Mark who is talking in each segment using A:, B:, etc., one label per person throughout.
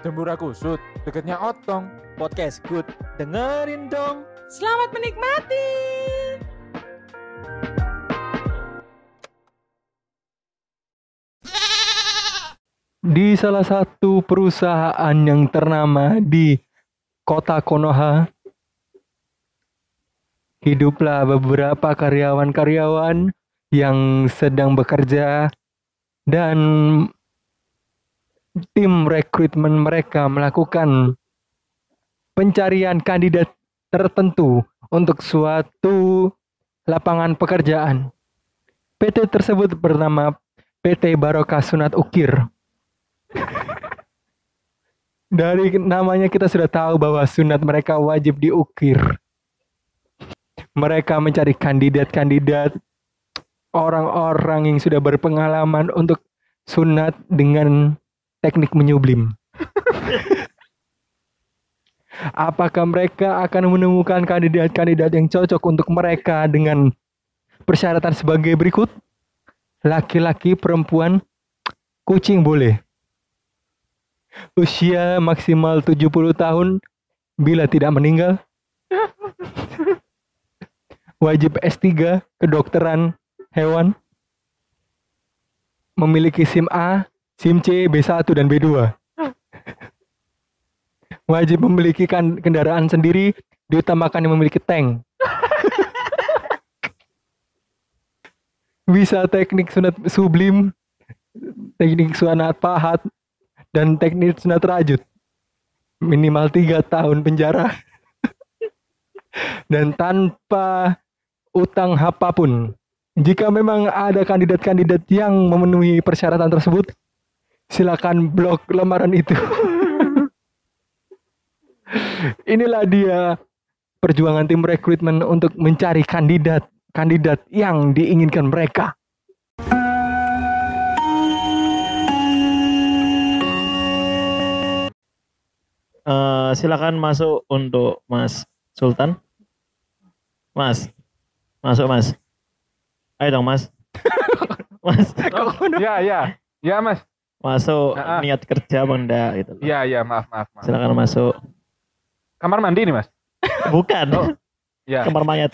A: Tempura kusut, deketnya Otong.
B: Podcast Good. Dengerin dong.
C: Selamat menikmati.
D: Di salah satu perusahaan yang ternama di kota Konoha, hiduplah beberapa karyawan-karyawan yang sedang bekerja dan tim rekrutmen mereka melakukan pencarian kandidat tertentu untuk suatu lapangan pekerjaan. PT tersebut bernama PT Barokah Sunat Ukir. Dari namanya kita sudah tahu bahwa sunat mereka wajib diukir. Mereka mencari kandidat-kandidat orang-orang yang sudah berpengalaman untuk sunat dengan teknik menyublim. Apakah mereka akan menemukan kandidat-kandidat yang cocok untuk mereka dengan persyaratan sebagai berikut? Laki-laki, perempuan, kucing boleh. Usia maksimal 70 tahun bila tidak meninggal. Wajib S3 kedokteran hewan. Memiliki SIM A, SIM C, B1 dan B2. Wajib memiliki kendaraan sendiri, diutamakan yang memiliki tank. Bisa teknik sunat sublim, teknik sunat pahat, dan teknik sunat rajut. Minimal 3 tahun penjara. Dan tanpa utang apapun. Jika memang ada kandidat-kandidat yang memenuhi persyaratan tersebut, silakan blok lamaran itu. Inilah dia perjuangan tim rekrutmen untuk mencari kandidat yang diinginkan mereka.
B: Silakan masuk untuk Mas Sultan. Mas, masuk Mas. Ayo dong Mas. Mas.
A: Ya Mas.
B: Masuk niat kerja benda gitu.
A: Iya, maaf.
B: Silakan masuk.
A: Kamar mandi nih Mas?
B: Bukan.
A: Oh, ya.
B: Kamar mayat.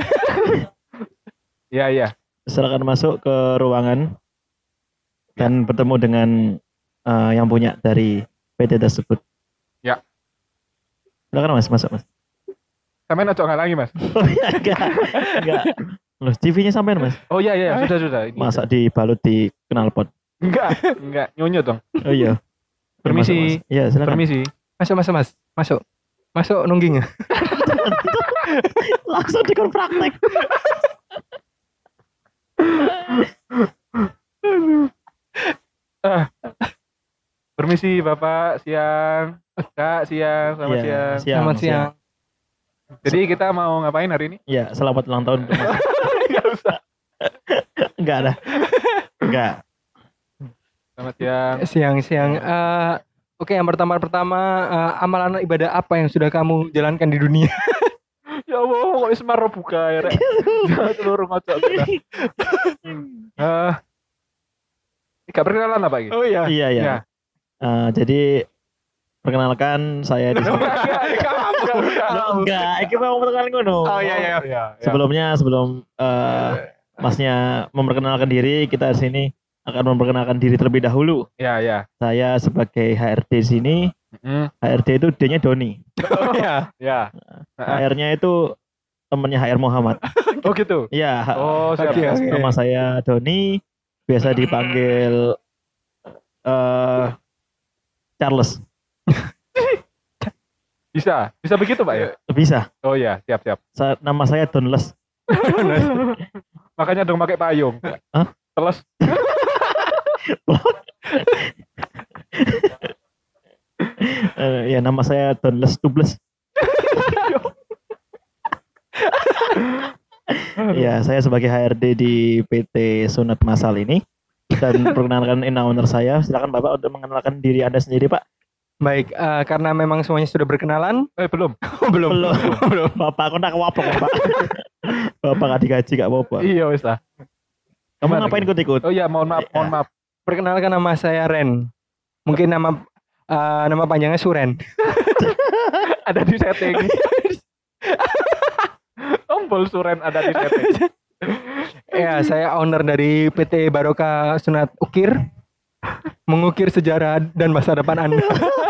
A: Iya.
B: Silakan masuk ke ruangan dan bertemu dengan yang punya dari PT tersebut.
A: Ya.
B: Silakan Mas, masuk Mas.
A: Sampai nocok lagi Mas?
B: Oh iya, enggak. Loh, TV-nya sampean Mas?
A: Oh iya, sudah. Ini.
B: Masa dibalut di knalpot?
A: Enggak, nyonyot dong.
B: Oh iya.
A: Permisi.
B: Iya, silakan.
A: Permisi.
D: Masuk nungging.
B: Langsung dikon praktek.
A: Permisi Bapak, siang. Kak, siang. Selamat siang.
D: Selamat siang.
A: Jadi kita mau ngapain hari ini?
B: Iya, selamat ulang tahun untuk Mas.
A: Enggak usah.
B: Enggak ada. Enggak.
A: Selamat siang.
D: Siang. Oke, yang pertama amalan ibadah apa yang sudah kamu jalankan di dunia?
A: Ya Allah, kok semaro buka ya, Rek. Jangan seluruh ngocok kita. Gak perkenalan apa gitu?
D: Oh iya.
B: Iya. Jadi perkenalkan saya di sini. Enggak, iki mau perkenalan ngono.
D: Oh iya.
B: Sebelum Masnya memperkenalkan diri, kita di sini akan memperkenalkan diri terlebih dahulu.
A: Iya.
B: Saya sebagai HRD di sini. HRD itu D-nya Doni.
A: Oh iya.
B: HR-nya itu temannya HR Muhammad.
A: Oh gitu.
B: Iya.
A: Oh, siap.
B: Nama saya Doni, biasa dipanggil Charles.
A: Bisa begitu Pak ya?
B: Bisa.
A: Oh iya, siap.
B: Nama saya Donles.
A: Makanya dong pakai payung.
B: Hah?
A: Teles.
B: Ya nama saya Donles Tubles. Ya, saya sebagai HRD di PT Sunat Masal ini dan perkenalkan owner saya. Silakan Bapak untuk mengenalkan diri Anda sendiri, Pak.
D: Baik, karena memang semuanya sudah berkenalan.
A: Belum.
B: Belum. Bapak aku nak apa Pak? Bapak gak digaji gak apa-apa.
A: Iya wis lah.
B: Kamu ngapain ikut-ikut?
A: Oh iya, mohon maaf.
D: Perkenalkan, nama saya Ren. Mungkin nama Nama panjangnya Suren.
A: Ada di setting. Tombol Suren ada di setting.
D: Ya, saya owner dari PT Baroka Sunat Ukir. Mengukir sejarah dan masa depan Anda.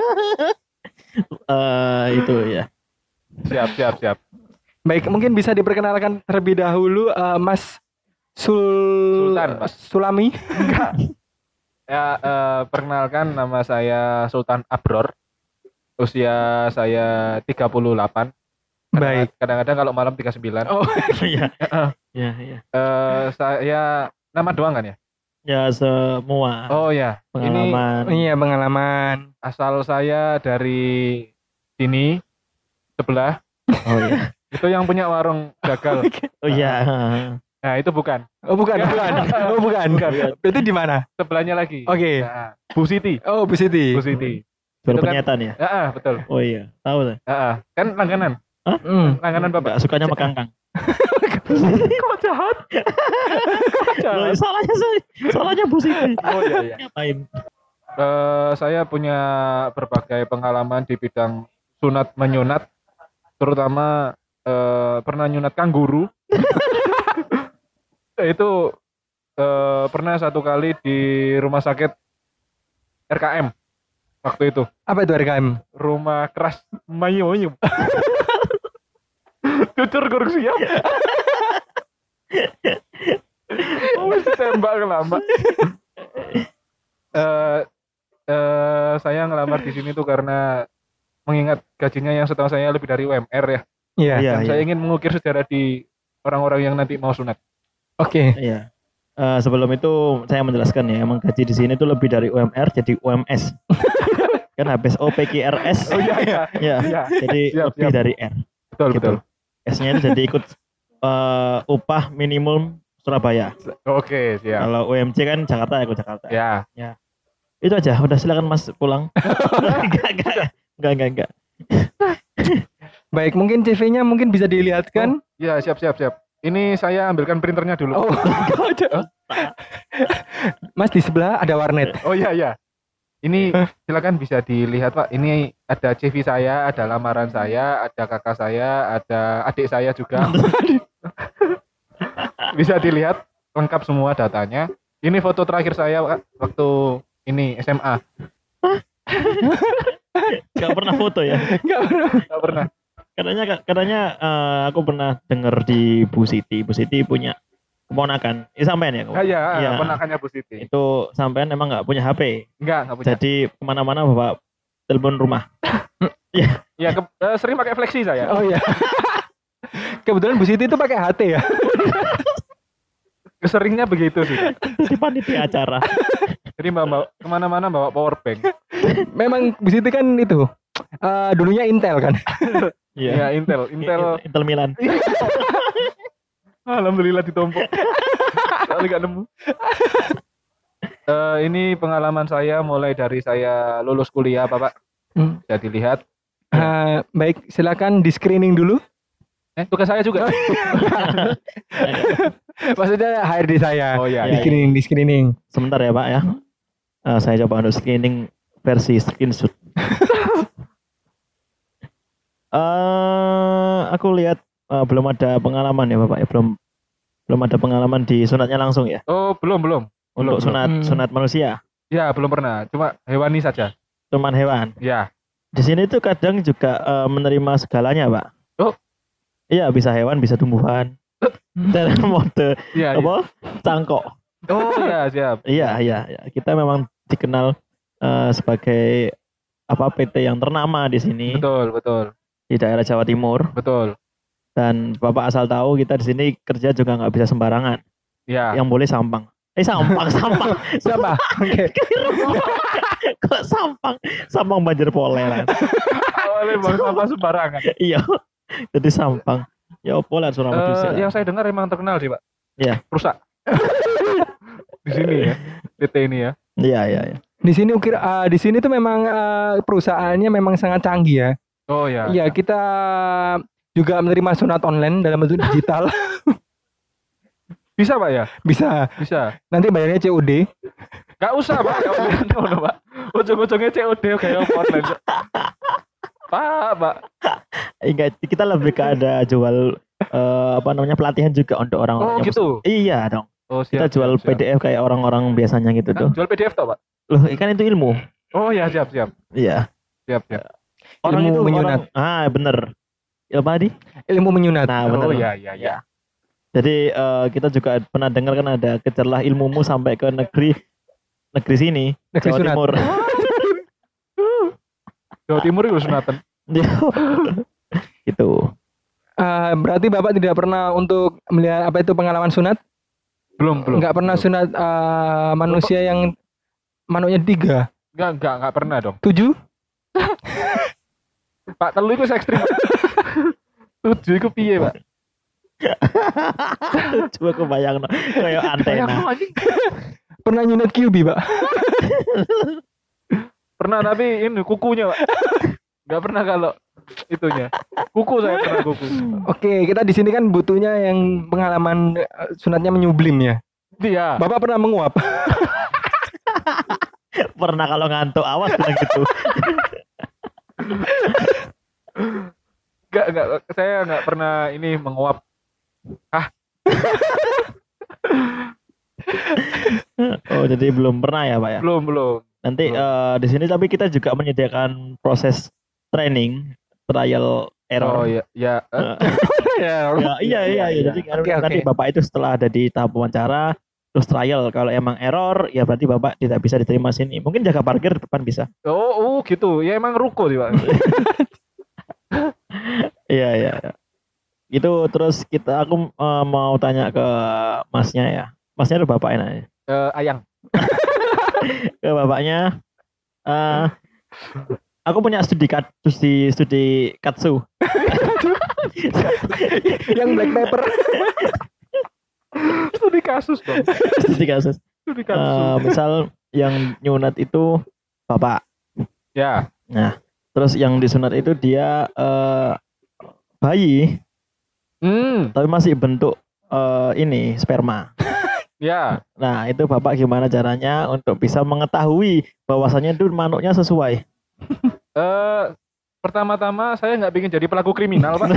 B: Itu ya.
A: Siap.
D: Baik, mungkin bisa diperkenalkan terlebih dahulu Mas
A: Sultan, Pak.
D: Sulami.
A: Ya, perkenalkan nama saya Sultan Abror. Usia saya 38.
D: Baik.
A: Kadang-kadang kalau malam 39.
D: Oh,
B: Iya. Iya.
A: Saya nama doang kan ya?
B: Ya semua
A: Oh ya. Ini
B: pengalaman.
D: iya pengalaman.
A: asal saya dari sini sebelah.
B: Oh iya.
A: Itu yang punya warung gagal.
B: Oh iya.
A: Nah, itu bukan.
D: Oh bukan. Oh bukan.
A: Bukan.
D: Berarti di mana?
A: Sebelahnya lagi.
D: Oke.
A: Nah, Bu Siti.
D: Oh, Bu Siti.
A: Bu Siti.
B: Jual
A: Itu kan-
B: penyetan ya.
A: Betul.
B: Oh iya. Tahu tuh.
A: Kan langganan. Langganan Bapak.
B: Enggak sukanya sama kangkang.
A: Kok jahat?
B: Loh, salahnya Bu Siti.
A: Oh iya.
B: Ngapain?
A: Saya punya berbagai pengalaman di bidang sunat menyunat, terutama pernah nyunat kangguru. Itu pernah satu kali di rumah sakit RKM waktu itu,
D: Apa itu RKM?
A: rumah keras Mayum. Jujur kurang siap. Wis tembak lama. Saya ngelamar di sini tuh karena mengingat gajinya yang setahu saya lebih dari UMR ya.
D: Iya.
B: Iya,
A: Dan saya ingin mengukir sejarah di orang-orang yang nanti mau sunat.
D: Oke.
B: Iya. Sebelum itu saya menjelaskan ya, emang gaji di sini tuh lebih dari UMR jadi UMS. Kan habis OPQRS.
A: Oh iya.
B: Ya,
A: Iya.
B: jadi
A: Siap,
B: lebih
A: siap.
B: dari R.
A: Betul,
B: Gitu.
A: betul.
B: S-nya itu jadi ikut upah minimum Surabaya.
A: Oke, siap.
B: Kalau UMC kan Jakarta, ikut Jakarta.
A: Ya.
B: Itu aja. Udah silakan Mas pulang. Enggak.
D: Baik, mungkin CV-nya mungkin bisa dilihatkan.
A: Ya, siap. Ini saya ambilkan printernya dulu.
D: Oh, Mas di sebelah ada warnet.
A: Oh iya. Ini silakan bisa dilihat Pak. Ini ada CV saya, ada lamaran saya, ada kakak saya, ada adik saya juga. Bisa dilihat lengkap semua datanya. Ini foto terakhir saya Pak, waktu ini SMA.
B: Gak pernah foto ya.
A: Nggak pernah.
B: Katanya aku pernah dengar di Bu Siti. Bu Siti punya keponakan. Sampean ya?
A: Iya,
B: Iya.
A: ponakannya Bu Siti.
B: Itu sampean emang nggak punya HP.
A: Nggak punya.
B: Jadi kemana-mana bawa telepon rumah.
A: Ya, sering pakai fleksi saya.
D: Oh iya. Kebetulan Bu Siti itu pakai HT ya.
A: Seringnya begitu sih.
B: Jadi panitia acara.
A: Jadi bawa kemana-mana bawa power bank.
D: Memang Bu Siti kan itu dulunya Intel kan.
A: Ya, Intel.
B: Intel Milan.
A: Alhamdulillah ditompok. Soalnya nggak nemu. Ini pengalaman saya mulai dari saya lulus kuliah, Bapak. Bisa dilihat.
D: Baik, silakan di screening dulu.
A: Tugas saya juga.
D: Maksudnya HRD saya.
A: Oh iya.
D: Di screening.
B: Sebentar ya Pak ya. Saya coba untuk screening versi screenshot. Aku lihat belum ada pengalaman ya Bapak ya, belum ada pengalaman di sunatnya langsung ya.
A: Oh, belum.
B: Untuk sunat manusia,
A: Ya, belum pernah. Cuma hewani saja.
B: cuman hewan.
A: Ya.
B: Di sini tuh kadang juga menerima segalanya Pak.
A: Oh.
B: Iya, bisa hewan, bisa tumbuhan. Dan mode
A: Iya.
B: apa? Cangkok.
A: Oh, ya, siap.
B: Iya. Kita memang dikenal sebagai PT yang ternama di sini
A: Betul.
B: di daerah Jawa Timur.
A: Betul.
B: Dan Bapak asal tahu kita di sini kerja juga nggak bisa sembarangan.
A: Ya.
B: Yang boleh sampang. Sampang.
D: Siapa? Oke.
B: Kok sampang? Sampang banjir poleran.
A: Oleh bang sampah sembarangan.
B: Iya. Jadi sampang. Ya opo lah Surabaya.
A: Yang saya dengar emang terkenal sih, Pak.
B: Iya.
A: Rusak. Di sini ya. PT ini ya.
B: Iya.
D: Di sini ukir di sini tuh memang perusahaannya memang sangat canggih ya.
A: Oh ya.
D: Iya, kita juga menerima sunat online dalam bentuk digital.
A: Bisa, Pak ya?
D: Bisa.
A: Bisa.
D: Nanti bayarnya COD.
A: Gak usah, Pak. Gak usah. No, Pak. Ujung-ujungnya COD kayak online. Pak.
B: Enggak, kita lebih ke ada jual pelatihan juga untuk orang-orang
A: Oh
B: yang
A: gitu.
B: Iya dong.
A: Oh
B: Kita
A: siap.
B: jual
A: siap.
B: PDF kayak orang-orang biasanya gitu tuh.
A: Jual PDF toh, Pak?
B: Loh, kan itu ilmu.
A: Oh ya, siap.
B: Iya.
A: Siap.
B: Orang
D: Ilmu
B: itu
D: menyunat.
B: bener. Ilmu apa tadi?
D: Ilmu menyunat.
B: Nah, bener.
A: Oh ya.
B: Jadi kita juga pernah dengar kan ada kejarlah ilmumu sampai ke negeri sini,
D: Negeri
B: Jawa
D: sunat.
B: Timur.
A: Jawa Timur itu sunatan.
B: Itu.
D: Berarti Bapak tidak pernah untuk melihat apa itu pengalaman sunat?
A: Belum.
D: Enggak pernah sunat manusia yang manuknya 3,
A: Enggak pernah dong.
D: 7?
A: Pak telu itu ekstrim. 7 itu piye, Pak?
B: Coba kebayang kayak antena.
D: Pernah nyunat QB, Pak?
A: Pernah tapi ini kukunya, Pak. Enggak pernah kalau itunya. Kuku saya pernah kuku.
D: Oke, kita di sini kan butuhnya yang pengalaman sunatnya menyublim ya.
A: Dia.
D: Bapak pernah menguap?
B: Pernah kalau ngantuk awas bilang gitu.
A: Enggak, saya enggak pernah ini menguap.
B: Oh, jadi belum pernah ya, Pak ya?
A: Belum.
B: Nanti di sini tapi kita juga menyediakan proses training, trial
A: Oh
B: error.
A: ya.
D: Ya,
B: Iya. Jadi
D: Oke.
B: nanti Bapak itu setelah ada di tahap wawancara terus trial, kalau emang error ya berarti Bapak tidak bisa diterima sini. Mungkin jaga parkir depan bisa.
A: Oh, gitu. Ya emang ruko sih, Pak.
B: Iya. Itu terus aku mau tanya ke Masnya ya. Masnya itu Bapak enaknya.
A: Ayang.
B: Ke Bapaknya. Aku punya studi katsu.
D: yang black pepper.
A: Studi kasus dong.
B: Studi kasus.
A: Studi kasus.
B: Misal yang nyunat itu Bapak.
A: Ya.
B: Nah, terus yang disunat itu dia bayi tapi masih bentuk ini sperma.
A: Ya.
B: Nah, itu Bapak gimana caranya untuk bisa mengetahui bahwasannya itu manuknya sesuai?
A: Pertama-tama saya nggak ingin jadi pelaku kriminal, Pak.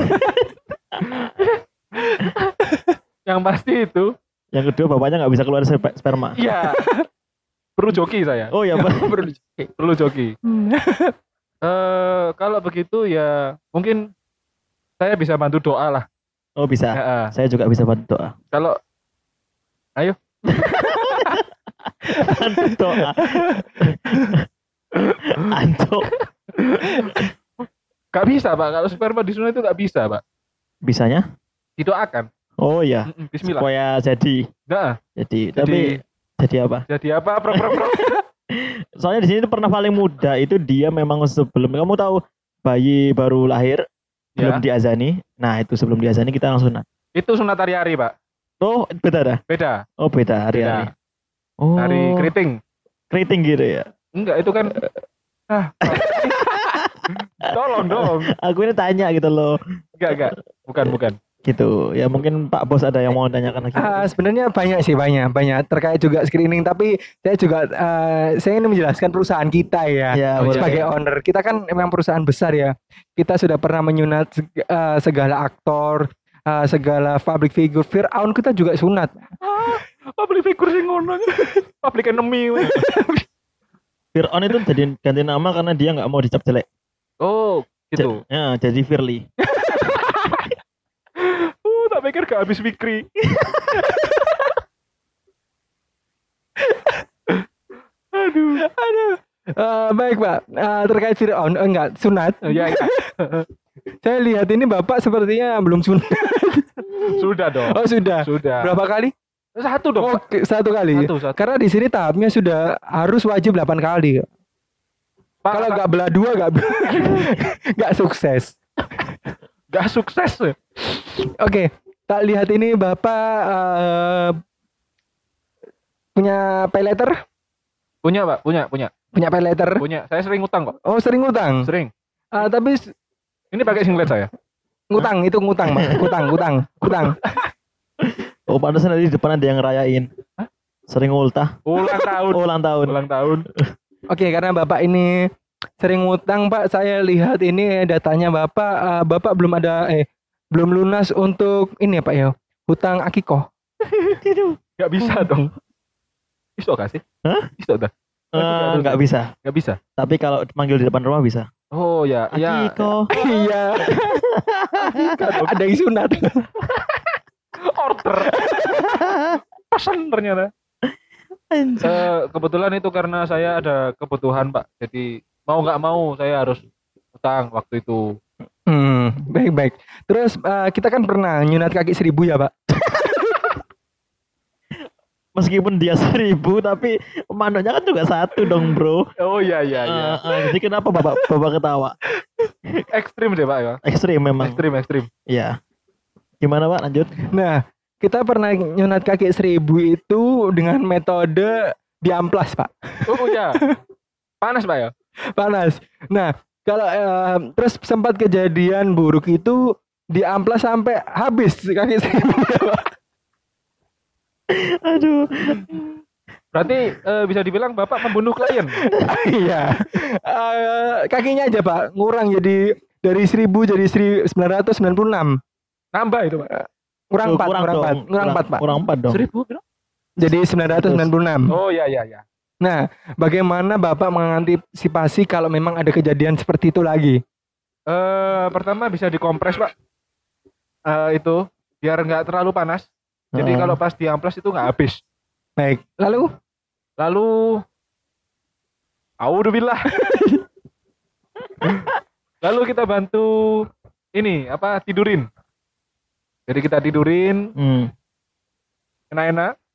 A: Yang pasti itu.
B: Yang kedua Bapaknya nggak bisa keluar sperma.
A: Iya. Perlu joki saya.
B: Oh ya, Pak.
A: Perlu joki. Kalau begitu ya mungkin saya bisa bantu doa lah.
B: Oh bisa.
A: Ya,
B: Saya juga bisa bantu doa.
A: kalau
B: Bantu doa. Antuk.
A: nggak bisa, Pak. Kalau sperma disunat itu nggak bisa, Pak.
B: Bisanya?
A: Didoakan.
B: Oh iya.
A: Bismillah.
B: Supaya jadi.
A: Nah,
B: Tapi jadi apa?
A: jadi apa? Pro.
B: Soalnya di sini tuh pernah paling muda itu dia memang sebelum kamu tahu bayi baru lahir belum
A: Ya.
B: diazani. Nah, itu sebelum diazani kita langsung sunat.
A: Itu sunat hari-hari, Pak.
B: Oh, beda dah.
A: Beda.
B: Oh, beda hari-hari. Oh.
A: Hari keriting.
B: Keriting gitu ya.
A: Enggak, itu kan tolong dong.
B: Aku ini tanya gitu loh.
A: Enggak. Bukan.
B: Gitu. Ya mungkin Pak Bos ada yang mau tanyakan lagi.
D: Sebenarnya banyak terkait juga screening, tapi saya juga saya ingin menjelaskan perusahaan kita ya,
B: Ya, boleh.
D: sebagai owner. Kita kan memang perusahaan besar ya. Kita sudah pernah menyunat segala aktor, segala public figure. Fir'aun kita juga sunat.
A: Public figure sing ngono. Public enemy.
B: Fir'aun itu jadi ganti nama karena dia nggak mau dicap jelek.
A: Oh, gitu.
B: Ya, jadi Firly.
A: Tak pikir gak habis Fikri. Aduh.
D: Baik Pak, terkait Fir'aun, enggak sunat.
A: Ya.
D: Saya lihat ini Bapak sepertinya belum sunat.
A: Sudah dong.
D: Oh sudah.
A: Sudah.
D: Berapa kali?
A: Satu dong, Pak.
D: Oke, satu kali.
A: Satu.
D: Karena di sini tahapnya sudah harus wajib 8 kali.
A: Pak,
D: Kalau nggak belah dua nggak sukses.
A: gak sukses.
D: Oke, tak lihat ini Bapak punya pay letter?
A: Punya, Pak. Punya.
D: Punya pay letter?
A: Punya. Saya sering ngutang, Pak.
D: Oh sering ngutang?
A: Sering.
D: Tapi
A: Ini pakai singlet saya.
D: ngutang itu ngutang Pak. Ngutang.
B: Oh, pantesan tadi di depan ada yang ngerayain. Sering ultah.
A: Ulang tahun.
B: Oh, ulang tahun.
A: Ulang tahun.
D: Oke, karena Bapak ini sering ngutang, Pak. Saya lihat ini datanya Bapak, Bapak belum lunas untuk ini ya, Pak ya. Hutang akikoh.
A: Nggak bisa dong. Bisa gak sih?
B: Hah?
A: Bisa dah.
B: Nggak bisa.
A: Nggak bisa.
B: Tapi kalau manggil di depan rumah bisa.
A: Oh ya, ya.
B: Akiko.
D: Iya. Ada yang sunat.
A: Order. Pesan ternyata. Kebetulan itu karena saya ada kebutuhan, Pak. Jadi mau nggak mau saya harus utang waktu itu.
D: Baik. Terus kita kan pernah nyunat kaki 1.000 ya, Pak.
B: Meskipun dia 1.000 tapi manuknya kan juga satu dong bro.
A: Oh iya.
B: Jadi kenapa bapak ketawa?
A: Ekstrim deh, Pak ya.
B: Ekstrim memang.
A: Ekstrim.
B: Iya. Gimana Pak lanjut?
D: Nah, kita pernah nyunat kaki 1.000 itu dengan metode diamplas, Pak.
A: Oh iya. Panas, Pak ya.
D: Panas. Nah, kalau terus sempat kejadian buruk itu diamplas sampai habis kaki 1.000 ya, Pak.
B: Aduh.
A: Berarti bisa dibilang Bapak pembunuh klien.
D: Iya. Kakinya aja, Pak, ngurang jadi dari 1.000 jadi 1.996.
A: Nambah itu, Pak.
D: Kurang 4, Pak.
B: Kurang 4 dong.
A: 1.000 berapa?
D: Jadi 996.
A: Oh iya.
D: Nah, bagaimana Bapak mengantisipasi kalau memang ada kejadian seperti itu lagi?
A: Pertama bisa dikompres, Pak. Itu biar nggak terlalu panas. Jadi kalau pas diamplas itu nggak habis.
D: Baik. Lalu
A: Auzubillah. Lalu kita bantu ini tidurin. Jadi kita tidurin, enak-enak.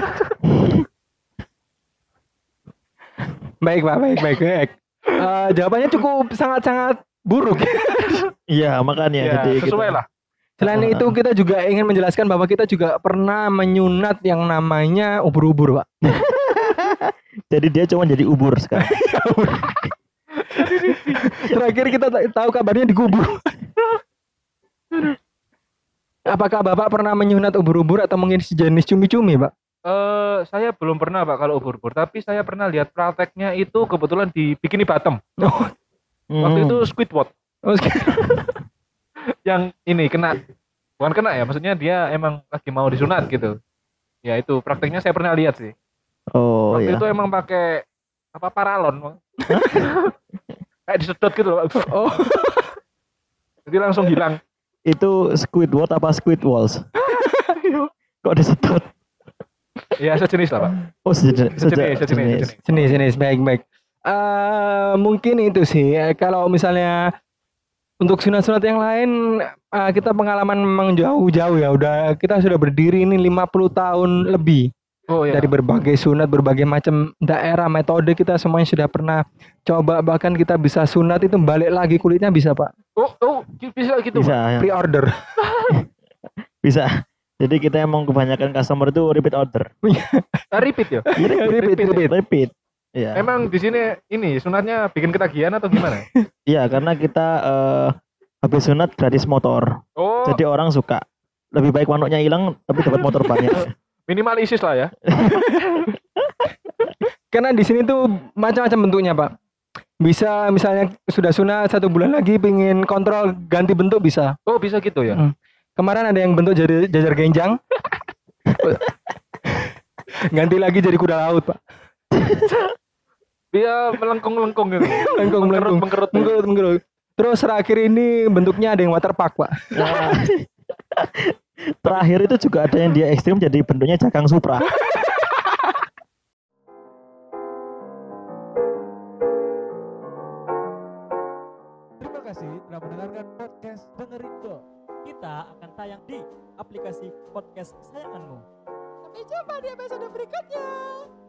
D: baik, Pak, baik. Jawabannya cukup sangat buruk.
B: Iya makanya
A: Ya,
B: jadi
A: sesuai lah.
D: Selain itu kita juga ingin menjelaskan bahwa kita juga pernah menyunat yang namanya ubur-ubur, Pak.
B: Jadi dia cuma jadi ubur sekarang.
D: Terakhir kita tahu kabarnya dikubur. Apakah Bapak pernah menyunat ubur-ubur atau mungkin sejenis cumi-cumi, Pak?
A: Saya belum pernah, Pak, kalau ubur-ubur, tapi saya pernah lihat prakteknya itu kebetulan di Bikini Bottom. Waktu itu Squidward. Yang ini bukan kena ya, maksudnya dia emang lagi mau disunat gitu. Ya itu prakteknya saya pernah lihat sih.
B: Oh
A: Waktu
B: iya.
A: itu emang pakai paralon. Kayak disedot gitu loh.
D: Oh,
A: Jadi langsung hilang.
B: Itu Squidward apa Squidwalls? Kok disedot?
A: Ya sejenis lah, Pak.
B: Oh
A: Sejenis.
D: jenis baik. Mungkin itu sih. Kalau misalnya untuk sunat-sunat yang lain, kita pengalaman memang jauh-jauh ya. Kita sudah berdiri ini 50 tahun lebih.
A: Oh iya.
D: Dari berbagai sunat, berbagai macam daerah, metode kita semuanya sudah pernah coba. Bahkan kita bisa sunat itu balik lagi kulitnya bisa, Pak.
A: Oh, bisa gitu,
B: Bisa
A: Pak.
B: ya.
D: Pre-order.
B: Bisa. Jadi kita emang kebanyakan customer itu repeat order.
A: Repeat ya.
B: Repeat. Iya.
A: Emang di sini ini sunatnya bikin ketagihan atau gimana?
B: Iya, karena kita habis sunat gratis motor.
A: Oh,
B: Jadi orang suka. Lebih baik manuknya hilang tapi dapat motor banyak.
A: minimal ISIS lah ya.
D: Karena di sini tuh macam-macam bentuknya, Pak. Bisa misalnya sudah sunat 1 bulan lagi pingin kontrol ganti bentuk bisa.
A: Oh, bisa gitu ya.
D: Kemarin ada yang bentuk jadi jajar genjang. Ganti lagi jadi kuda laut, Pak.
A: Dia melengkung-lengkung gitu.
D: Melengkung. Mengkerut. Terus terakhir ini bentuknya ada yang waterpark, Pak.
B: Nah, terakhir itu juga ada yang dia ekstrim jadi bentuknya Jakang Supra.
E: Terima kasih telah mendengarkan podcast Dengerin Dong. Kita akan tayang di aplikasi podcast kesayanganmu.
C: Sampai jumpa di episode berikutnya.